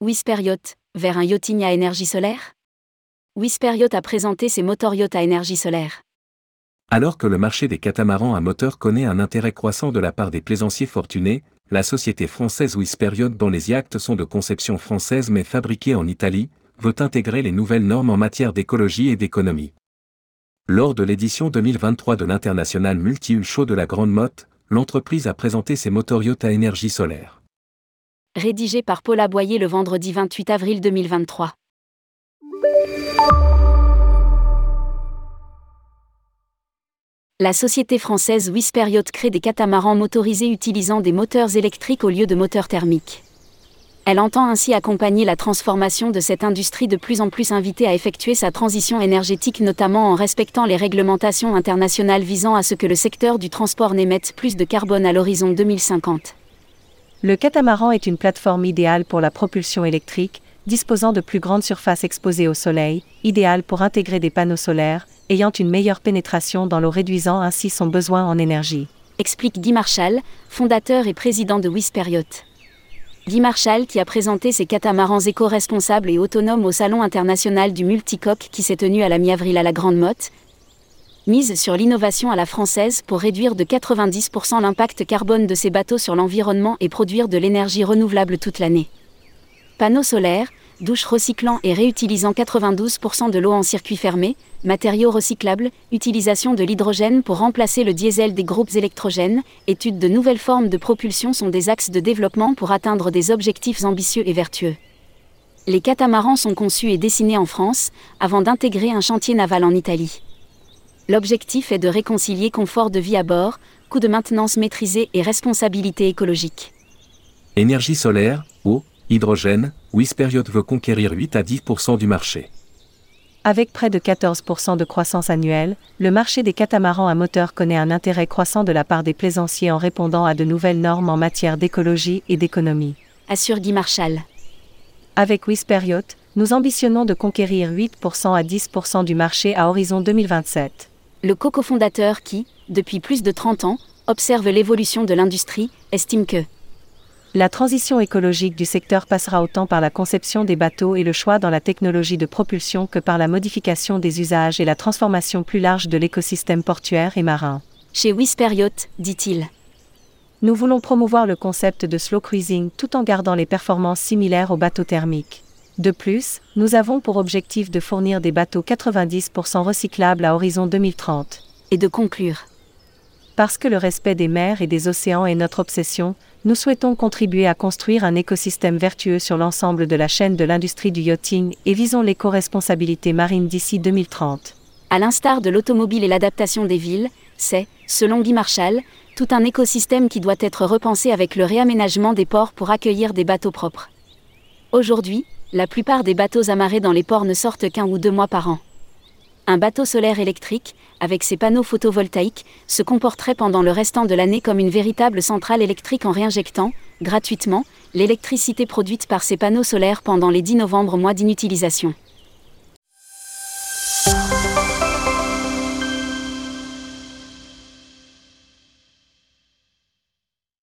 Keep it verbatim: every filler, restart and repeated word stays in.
Whisper Yacht, vers un yachting à énergie solaire? Whisper Yacht a présenté ses moteurs yacht à énergie solaire. Alors que le marché des catamarans à moteur connaît un intérêt croissant de la part des plaisanciers fortunés, la société française Whisper Yacht, dont les yachts sont de conception française mais fabriqués en Italie, veut intégrer les nouvelles normes en matière d'écologie et d'économie. Lors de l'édition deux mille vingt-trois de l'International Multi-Hull Show de la Grande Motte, l'entreprise a présenté ses moteurs yacht à énergie solaire. Rédigé par Paula Boyer le vendredi vingt-huit avril deux mille vingt-trois. La société française Whisper Yacht crée des catamarans motorisés utilisant des moteurs électriques au lieu de moteurs thermiques. Elle entend ainsi accompagner la transformation de cette industrie de plus en plus invitée à effectuer sa transition énergétique, notamment en respectant les réglementations internationales visant à ce que le secteur du transport n'émette plus de carbone à l'horizon deux mille cinquante. Le catamaran est une plateforme idéale pour la propulsion électrique, disposant de plus grandes surfaces exposées au soleil, idéale pour intégrer des panneaux solaires, ayant une meilleure pénétration dans l'eau, réduisant ainsi son besoin en énergie. Explique Guy Marchal, fondateur et président de Whisper Yacht. Guy Marchal qui a présenté ses catamarans éco-responsables et autonomes au Salon international du multicoque qui s'est tenu à la mi-avril à la Grande Motte, mise sur l'innovation à la française pour réduire de quatre-vingt-dix pour cent l'impact carbone de ces bateaux sur l'environnement et produire de l'énergie renouvelable toute l'année. Panneaux solaires, douches recyclant et réutilisant quatre-vingt-douze pour cent de l'eau en circuit fermé, matériaux recyclables, utilisation de l'hydrogène pour remplacer le diesel des groupes électrogènes, études de nouvelles formes de propulsion sont des axes de développement pour atteindre des objectifs ambitieux et vertueux. Les catamarans sont conçus et dessinés en France, avant d'intégrer un chantier naval en Italie. L'objectif est de réconcilier confort de vie à bord, coût de maintenance maîtrisé et responsabilité écologique. Énergie solaire, eau, hydrogène, Whisper Yacht veut conquérir huit à dix pour cent du marché. Avec près de quatorze pour cent de croissance annuelle, le marché des catamarans à moteur connaît un intérêt croissant de la part des plaisanciers en répondant à de nouvelles normes en matière d'écologie et d'économie. Assure Guy Marchal. Avec Whisper Yacht, nous ambitionnons de conquérir huit pour cent à dix pour cent du marché à horizon deux mille vingt-sept. Le cofondateur qui, depuis plus de trente ans, observe l'évolution de l'industrie, estime que la transition écologique du secteur passera autant par la conception des bateaux et le choix dans la technologie de propulsion que par la modification des usages et la transformation plus large de l'écosystème portuaire et marin. Chez Whisper Yacht, dit-il. Nous voulons promouvoir le concept de slow cruising tout en gardant les performances similaires aux bateaux thermiques. De plus, nous avons pour objectif de fournir des bateaux quatre-vingt-dix pour cent recyclables à horizon deux mille trente. Et de conclure. Parce que le respect des mers et des océans est notre obsession, nous souhaitons contribuer à construire un écosystème vertueux sur l'ensemble de la chaîne de l'industrie du yachting et visons l'éco-responsabilité marine d'ici deux mille trente. À l'instar de l'automobile et l'adaptation des villes, c'est, selon Guy Marchal, tout un écosystème qui doit être repensé avec le réaménagement des ports pour accueillir des bateaux propres. Aujourd'hui, la plupart des bateaux amarrés dans les ports ne sortent qu'un ou deux mois par an. Un bateau solaire électrique, avec ses panneaux photovoltaïques, se comporterait pendant le restant de l'année comme une véritable centrale électrique en réinjectant, gratuitement, l'électricité produite par ces panneaux solaires pendant les dix novembre mois d'inutilisation.